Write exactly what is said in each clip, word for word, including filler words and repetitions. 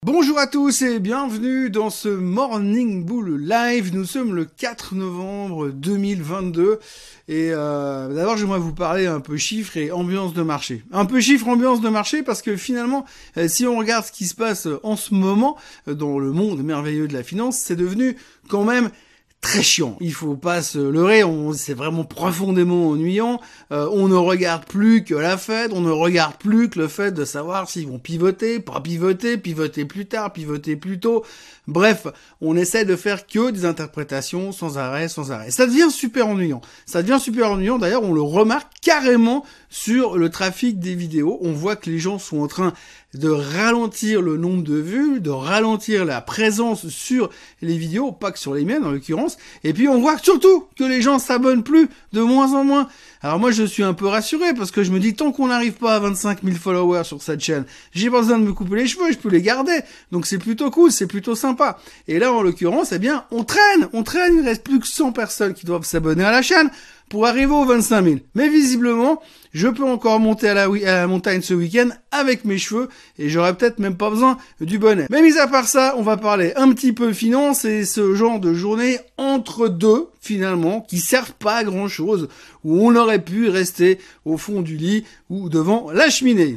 Bonjour à tous et bienvenue dans ce Morning Bull Live. Nous sommes le quatre novembre deux mille vingt-deux et euh, d'abord j'aimerais vous parler un peu chiffres et ambiance de marché. Un peu chiffres, ambiance de marché parce que finalement euh, si on regarde ce qui se passe en ce moment euh, dans le monde merveilleux de la finance, c'est devenu quand même très chiant. Il faut pas se leurrer, on, c'est vraiment profondément ennuyant. Euh, on ne regarde plus que la Fed, on ne regarde plus que le fait de savoir s'ils vont pivoter, pas pivoter, pivoter plus tard, pivoter plus tôt. Bref, on essaie de faire que des interprétations sans arrêt, sans arrêt. Ça devient super ennuyant. Ça devient super ennuyant. D'ailleurs, on le remarque carrément sur le trafic des vidéos. On voit que les gens sont en train de ralentir le nombre de vues, de ralentir la présence sur les vidéos, pas que sur les miennes en l'occurrence. Et puis on voit surtout que les gens s'abonnent plus, de moins en moins. Alors moi je suis un peu rassuré parce que je me dis tant qu'on n'arrive pas à vingt-cinq mille followers sur cette chaîne, j'ai pas besoin de me couper les cheveux, je peux les garder. Donc c'est plutôt cool, c'est plutôt sympa. Et là en l'occurrence, eh bien on traîne, on traîne, il reste plus que cent personnes qui doivent s'abonner à la chaîne pour arriver aux vingt-cinq mille. Mais visiblement, je peux encore monter à la, à la montagne ce week-end avec mes cheveux et j'aurais peut-être même pas besoin du bonnet. Mais mis à part ça, on va parler un petit peu finance et ce genre de journée entre deux, finalement, qui servent pas à grand chose, où on aurait pu rester au fond du lit ou devant la cheminée.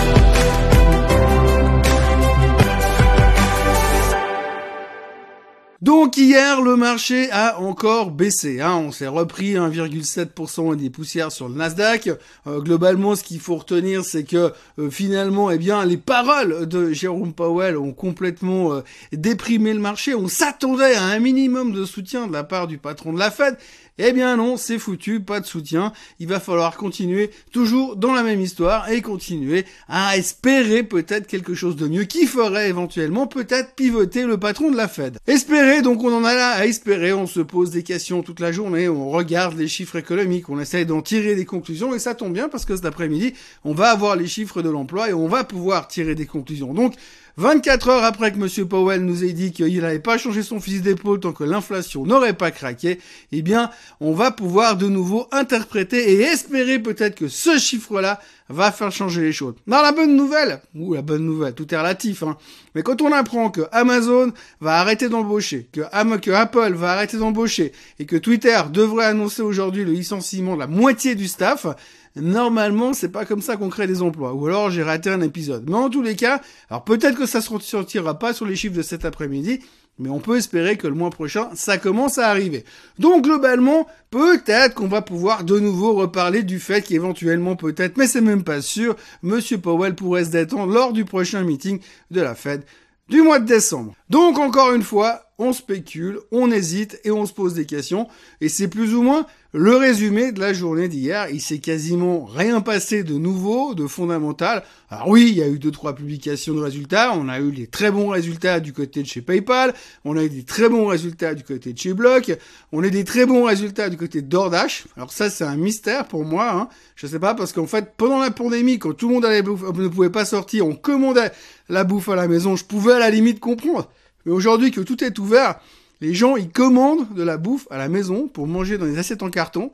Donc hier, le marché a encore baissé. Hein. On s'est repris un virgule sept pour cent des poussières sur le Nasdaq. Euh, globalement, ce qu'il faut retenir, c'est que euh, finalement, eh bien, les paroles de Jérôme Powell ont complètement euh, déprimé le marché. On s'attendait à un minimum de soutien de la part du patron de la Fed. Eh bien non, c'est foutu, pas de soutien. Il va falloir continuer toujours dans la même histoire et continuer à espérer peut-être quelque chose de mieux qui ferait éventuellement peut-être pivoter le patron de la Fed. Espérer, donc on en a là à espérer, on se pose des questions toute la journée, on regarde les chiffres économiques, on essaye d'en tirer des conclusions et ça tombe bien parce que cet après-midi, on va avoir les chiffres de l'emploi et on va pouvoir tirer des conclusions. Donc, vingt-quatre heures après que M. Powell nous ait dit qu'il n'avait pas changé son fusil d'épaule tant que l'inflation n'aurait pas craqué, eh bien, on va pouvoir de nouveau interpréter et espérer peut-être que ce chiffre-là va faire changer les choses. Dans la bonne nouvelle, ou la bonne nouvelle, tout est relatif, hein, mais quand on apprend que Amazon va arrêter d'embaucher, que, Am- que Apple va arrêter d'embaucher, et que Twitter devrait annoncer aujourd'hui le licenciement de la moitié du staff, normalement, c'est pas comme ça qu'on crée des emplois. Ou alors, j'ai raté un épisode. Mais en tous les cas, alors peut-être que ça se ressortira pas sur les chiffres de cet après-midi, mais on peut espérer que le mois prochain, ça commence à arriver. Donc, globalement, peut-être qu'on va pouvoir de nouveau reparler du fait qu'éventuellement, peut-être, mais c'est même pas sûr, M. Powell pourrait se détendre lors du prochain meeting de la Fed du mois de décembre. Donc, encore une fois, on spécule, on hésite et on se pose des questions. Et c'est plus ou moins le résumé de la journée d'hier. Il s'est quasiment rien passé de nouveau, de fondamental. Alors oui, il y a eu deux, trois publications de résultats. On a eu des très bons résultats du côté de chez PayPal. On a eu des très bons résultats du côté de chez Block. On a eu des très bons résultats du côté de DoorDash. Alors ça, c'est un mystère pour moi. Hein. Je sais pas, parce qu'en fait, pendant la pandémie, quand tout le monde allait bouffe, ne pouvait pas sortir, on commandait la bouffe à la maison. Je pouvais à la limite comprendre. Mais aujourd'hui que tout est ouvert, les gens, ils commandent de la bouffe à la maison pour manger dans des assiettes en carton.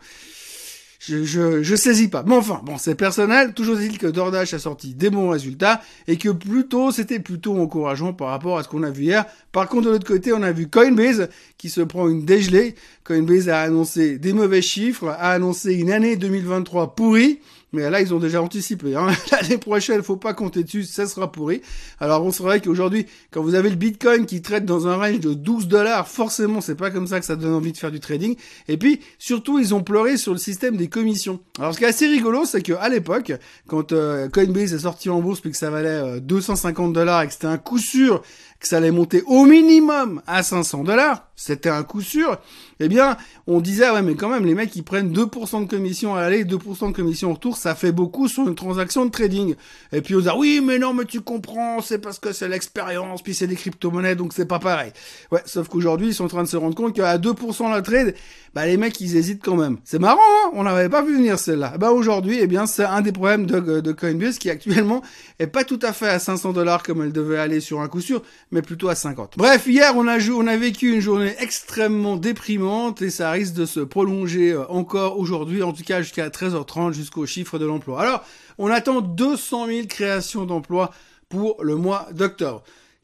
Je, je, je saisis pas. Mais enfin, bon, c'est personnel. Toujours est-il que DoorDash a sorti des bons résultats et que plutôt, c'était plutôt encourageant par rapport à ce qu'on a vu hier. Par contre, de l'autre côté, on a vu Coinbase qui se prend une dégelée. Coinbase a annoncé des mauvais chiffres, a annoncé une année deux mille vingt-trois pourrie. Mais là, ils ont déjà anticipé. Hein. L'année prochaine, faut pas compter dessus, ça sera pourri. Alors, on saurait qu'aujourd'hui, quand vous avez le Bitcoin qui traite dans un range de douze dollars, forcément, c'est pas comme ça que ça donne envie de faire du trading. Et puis, surtout, ils ont pleuré sur le système des commissions. Alors, ce qui est assez rigolo, c'est qu'à l'époque, quand euh, Coinbase est sorti en bourse puis que ça valait euh, deux cent cinquante dollars et que c'était un coup sûr que ça allait monter au minimum à cinq cents dollars, c'était un coup sûr, eh bien, on disait, ah ouais, mais quand même, les mecs, ils prennent deux pour cent de commission à l'aller, deux pour cent de commission au retour, ça fait beaucoup sur une transaction de trading. Et puis, on dit, oui, mais non, mais tu comprends, c'est parce que c'est l'expérience, puis c'est des crypto-monnaies, donc c'est pas pareil. Ouais, sauf qu'aujourd'hui, ils sont en train de se rendre compte qu'à deux pour cent la trade, bah, les mecs, ils hésitent quand même. C'est marrant, hein, on n'avait pas vu venir celle-là. Bah, aujourd'hui, eh bien, c'est un des problèmes de, de Coinbase qui, actuellement, est pas tout à fait à cinq cents dollars comme elle devait aller sur un coup sûr, mais plutôt à cinquante. Bref, hier, on a, joué, on a vécu une journée extrêmement déprimante et ça risque de se prolonger encore aujourd'hui, en tout cas jusqu'à treize heures trente, jusqu'au chiffre de l'emploi. Alors, on attend deux cent mille créations d'emplois pour le mois d'octobre.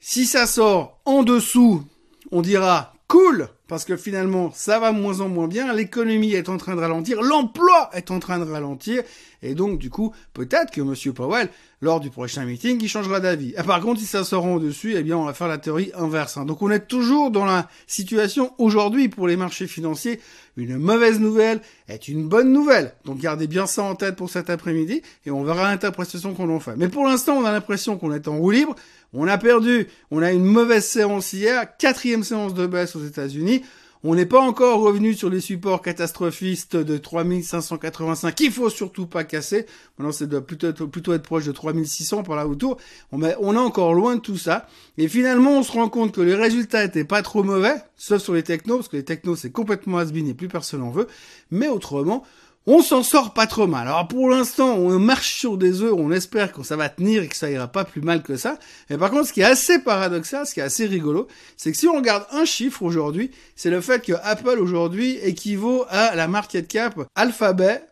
Si ça sort en dessous, on dira cool, parce que finalement, ça va de moins en moins bien, l'économie est en train de ralentir, l'emploi est en train de ralentir, et donc, du coup, peut-être que Monsieur Powell, lors du prochain meeting, il changera d'avis. Et par contre, si ça sort en dessus, eh bien, on va faire la théorie inverse. Hein. Donc, on est toujours dans la situation aujourd'hui pour les marchés financiers. Une mauvaise nouvelle est une bonne nouvelle. Donc, gardez bien ça en tête pour cet après-midi, et on verra l'interprétation qu'on en fait. Mais pour l'instant, on a l'impression qu'on est en roue libre. On a perdu, on a une mauvaise séance hier, quatrième séance de baisse aux États-Unis. On n'est pas encore revenu sur les supports catastrophistes de trois mille cinq cent quatre-vingt-cinq qu'il faut surtout pas casser. Maintenant, ça doit plutôt être, plutôt être proche de trois mille six cents par là autour. On est, on est encore loin de tout ça. Et finalement, on se rend compte que les résultats étaient pas trop mauvais, sauf sur les technos, parce que les technos, c'est complètement has-been et plus personne en veut. Mais autrement, on s'en sort pas trop mal. Alors pour l'instant, on marche sur des œufs, on espère que ça va tenir et que ça ira pas plus mal que ça. Mais par contre, ce qui est assez paradoxal, ce qui est assez rigolo, c'est que si on regarde un chiffre aujourd'hui, c'est le fait que Apple aujourd'hui équivaut à la market cap Alphabet,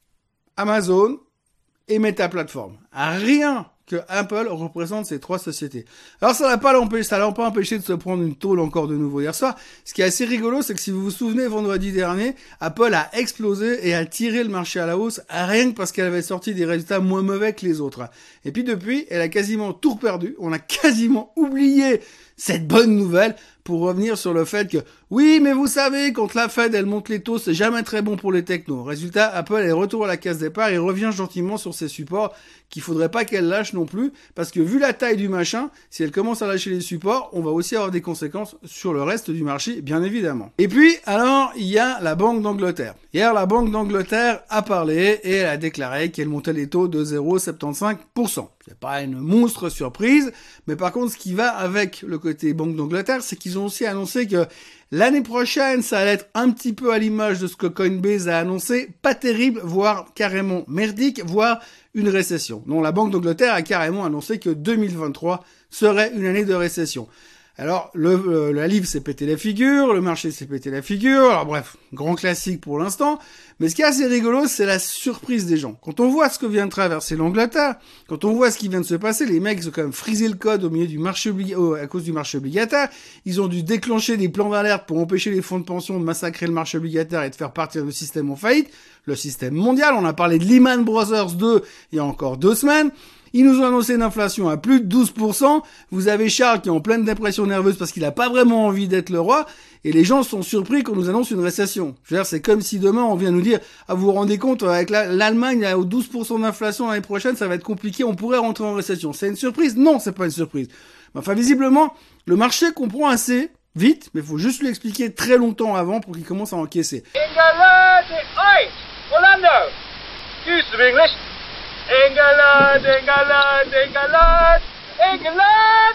Amazon et Meta Platform. À rien que Apple représente ces trois sociétés. Alors ça n'a pas l'empêché, ça l'a pas empêché de se prendre une tôle encore de nouveau hier soir. Ce qui est assez rigolo, c'est que si vous vous souvenez, vendredi dernier, Apple a explosé et a tiré le marché à la hausse, rien que parce qu'elle avait sorti des résultats moins mauvais que les autres. Et puis depuis, elle a quasiment tout perdu. On a quasiment oublié cette bonne nouvelle pour revenir sur le fait que, oui, mais vous savez, quand la Fed, elle monte les taux, c'est jamais très bon pour les technos. Résultat, Apple est retour à la case départ et revient gentiment sur ses supports qu'il faudrait pas qu'elle lâche non plus, parce que vu la taille du machin, si elle commence à lâcher les supports, on va aussi avoir des conséquences sur le reste du marché, bien évidemment. Et puis, alors, il y a la Banque d'Angleterre. Hier, la Banque d'Angleterre a parlé et elle a déclaré qu'elle montait les taux de zéro virgule soixante-quinze pour cent. C'est pas une monstre surprise, mais par contre, ce qui va avec le côté Banque d'Angleterre, c'est qu'ils ont aussi annoncé que l'année prochaine, ça allait être un petit peu à l'image de ce que Coinbase a annoncé, pas terrible, voire carrément merdique, voire une récession. Donc la Banque d'Angleterre a carrément annoncé que deux mille vingt-trois serait une année de récession. Alors, le, euh, la livre s'est pété la figure, le marché s'est pété la figure, alors bref, grand classique pour l'instant. Mais ce qui est assez rigolo, c'est la surprise des gens. Quand on voit ce que vient de traverser l'Angleterre, quand on voit ce qui vient de se passer, les mecs, ils ont quand même frisé le code au milieu du marché obli- oh, à cause du marché obligataire. Ils ont dû déclencher des plans d'alerte pour empêcher les fonds de pension de massacrer le marché obligataire et de faire partir le système en faillite. Le système mondial, on a parlé de Lehman Brothers deux il y a encore deux semaines. Ils nous ont annoncé une inflation à plus de douze pour cent. Vous avez Charles qui est en pleine dépression nerveuse parce qu'il n'a pas vraiment envie d'être le roi. Et les gens sont surpris qu'on nous annonce une récession. Je veux dire, c'est comme si demain on vient nous dire, ah, vous vous rendez compte, avec la, l'Allemagne à douze pour cent d'inflation l'année prochaine, ça va être compliqué, on pourrait rentrer en récession. C'est une surprise? Non, c'est pas une surprise. Enfin, visiblement, le marché comprend assez vite, mais il faut juste lui expliquer très longtemps avant pour qu'il commence à encaisser. England, oi, Orlando, use of English. England, England, England, England,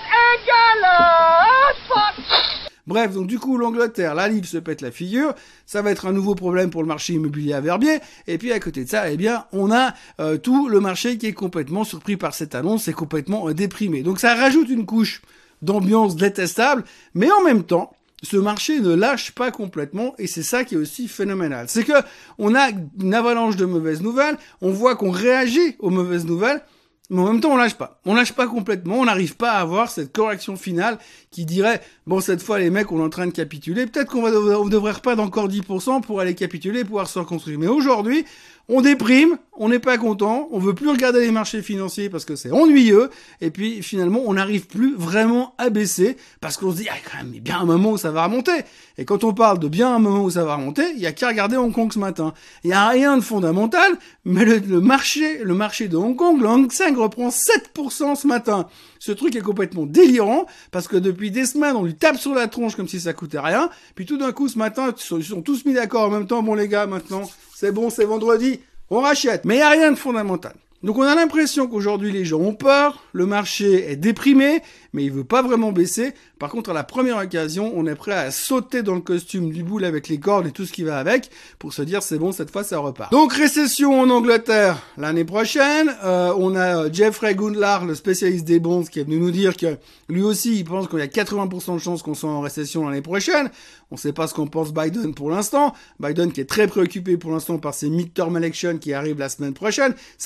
England, fuck. Bref, donc du coup, l'Angleterre, la livre se pète la figure, ça va être un nouveau problème pour le marché immobilier à Verbier, et puis à côté de ça, eh bien, on a euh, tout le marché qui est complètement surpris par cette annonce et complètement euh, déprimé. Donc ça rajoute une couche d'ambiance détestable, mais en même temps, ce marché ne lâche pas complètement et c'est ça qui est aussi phénoménal. C'est que on a une avalanche de mauvaises nouvelles, on voit qu'on réagit aux mauvaises nouvelles, mais en même temps on lâche pas. On lâche pas complètement, on n'arrive pas à avoir cette correction finale qui dirait bon cette fois les mecs on est en train de capituler, peut-être qu'on va on devrait reprendre encore dix pour cent pour aller capituler et pouvoir se reconstruire. Mais aujourd'hui, on déprime, on n'est pas content, on veut plus regarder les marchés financiers parce que c'est ennuyeux, et puis finalement on n'arrive plus vraiment à baisser parce qu'on se dit ah quand même il y a bien un moment où ça va remonter. Et quand on parle de bien un moment où ça va remonter, il y a qu'à regarder Hong Kong ce matin. Il y a rien de fondamental, mais le, le marché, le marché de Hong Kong, le Hang Seng reprend sept pour cent ce matin. Ce truc est complètement délirant parce que depuis des semaines on lui tape sur la tronche comme si ça coûtait rien, puis tout d'un coup ce matin ils sont tous mis d'accord en même temps, bon les gars maintenant c'est bon, c'est vendredi, on rachète. Mais il n'y a rien de fondamental. Donc on a l'impression qu'aujourd'hui les gens ont peur, le marché est déprimé, mais il veut pas vraiment baisser. Par contre, à la première occasion, on est prêt à sauter dans le costume du boule avec les cordes et tout ce qui va avec pour se dire c'est bon, cette fois ça repart. Donc récession en Angleterre l'année prochaine. Euh, on a Jeffrey Gundlach, le spécialiste des bonds, qui est venu nous dire que lui aussi il pense qu'il y a quatre-vingts pour cent de chances qu'on soit en récession l'année prochaine. On sait pas ce qu'en pense Biden pour l'instant. Biden qui est très préoccupé pour l'instant par ses midterm elections qui arrivent la semaine prochaine. Ça, il faudra en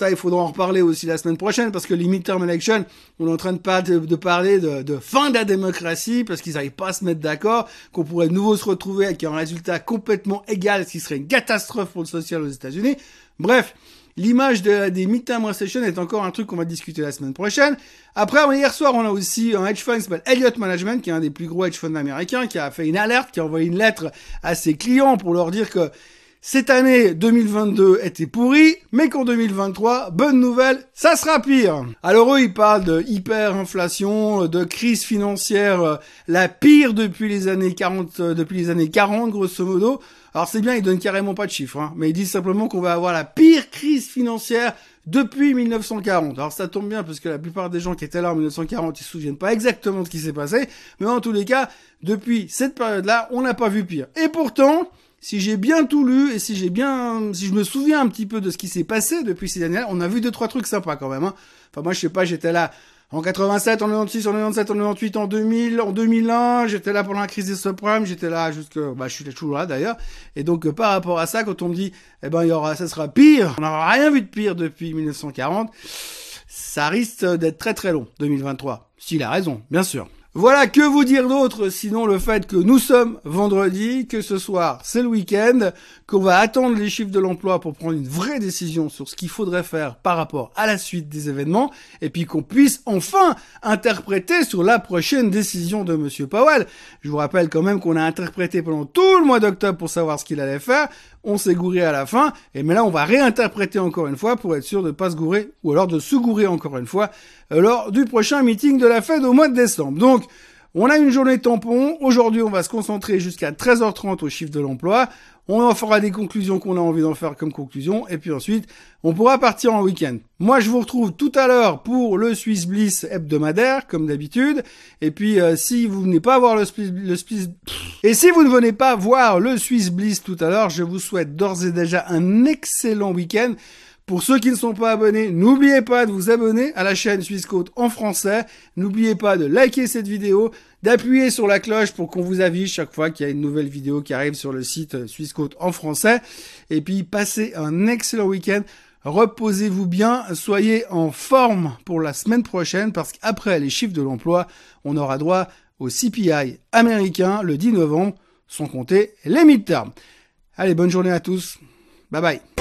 en reparler aussi la semaine prochaine parce que les midterm elections, on est en train de, pas de, de parler de, de fin de la démocratie parce qu'ils n'arrivent pas à se mettre d'accord, qu'on pourrait de nouveau se retrouver avec un résultat complètement égal, ce qui serait une catastrophe pour le social aux États-Unis. Bref, l'image de, des midterm recession est encore un truc qu'on va discuter la semaine prochaine. Après, hier soir, on a aussi un hedge fund qui s'appelle Elliott Management, qui est un des plus gros hedge funds américains, qui a fait une alerte, qui a envoyé une lettre à ses clients pour leur dire que cette année deux mille vingt-deux était pourrie, mais qu'en deux mille vingt-trois, bonne nouvelle, ça sera pire. Alors eux, ils parlent de hyperinflation, de crise financière, euh, la pire depuis les années quarante, euh, depuis les années quarante, grosso modo. Alors c'est bien, ils donnent carrément pas de chiffres, hein, mais ils disent simplement qu'on va avoir la pire crise financière depuis mille neuf cent quarante. Alors ça tombe bien, parce que la plupart des gens qui étaient là en mille neuf cent quarante, ils se souviennent pas exactement de ce qui s'est passé, mais en tous les cas, depuis cette période-là, on n'a pas vu pire. Et pourtant, si j'ai bien tout lu et si j'ai bien, si je me souviens un petit peu de ce qui s'est passé depuis ces années-là, on a vu deux trois trucs sympas quand même. Hein. Enfin moi je sais pas, j'étais là en quatre-vingt-sept, en quatre-vingt-seize, en quatre-vingt-dix-sept, en quatre-vingt-dix-huit, en deux mille, en deux mille un, j'étais là pendant la crise des subprimes, j'étais là jusque, bah je suis toujours là d'ailleurs. Et donc euh, par rapport à ça, quand on me dit, eh ben il y aura, ça sera pire, on n'aura rien vu de pire depuis mille neuf cent quarante, ça risque d'être très très long, deux mille vingt-trois. S'il a raison, bien sûr. Voilà, que vous dire d'autre, sinon le fait que nous sommes vendredi, que ce soir c'est le week-end, qu'on va attendre les chiffres de l'emploi pour prendre une vraie décision sur ce qu'il faudrait faire par rapport à la suite des événements, et puis qu'on puisse enfin interpréter sur la prochaine décision de Monsieur Powell. Je vous rappelle quand même qu'on a interprété pendant tout le mois d'octobre pour savoir ce qu'il allait faire, on s'est gouré à la fin, et mais là on va réinterpréter encore une fois pour être sûr de ne pas se gourer, ou alors de se gourer encore une fois, lors du prochain meeting de la Fed au mois de décembre. Donc, on a une journée tampon. Aujourd'hui, on va se concentrer jusqu'à treize heures trente au chiffre de l'emploi. On en fera des conclusions qu'on a envie d'en faire comme conclusion. Et puis ensuite, on pourra partir en week-end. Moi, je vous retrouve tout à l'heure pour le Swiss Bliss hebdomadaire, comme d'habitude. Et puis, euh, si vous venez pas voir le Swiss, le Swiss... Et si vous ne venez pas voir le Swiss Bliss tout à l'heure, je vous souhaite d'ores et déjà un excellent week-end. Pour ceux qui ne sont pas abonnés, n'oubliez pas de vous abonner à la chaîne Swissquote en français. N'oubliez pas de liker cette vidéo, d'appuyer sur la cloche pour qu'on vous avise chaque fois qu'il y a une nouvelle vidéo qui arrive sur le site Swissquote en français. Et puis, passez un excellent week-end. Reposez-vous bien, soyez en forme pour la semaine prochaine parce qu'après les chiffres de l'emploi, on aura droit au C P I américain le dix novembre, sans compter les midterms. Allez, bonne journée à tous. Bye bye.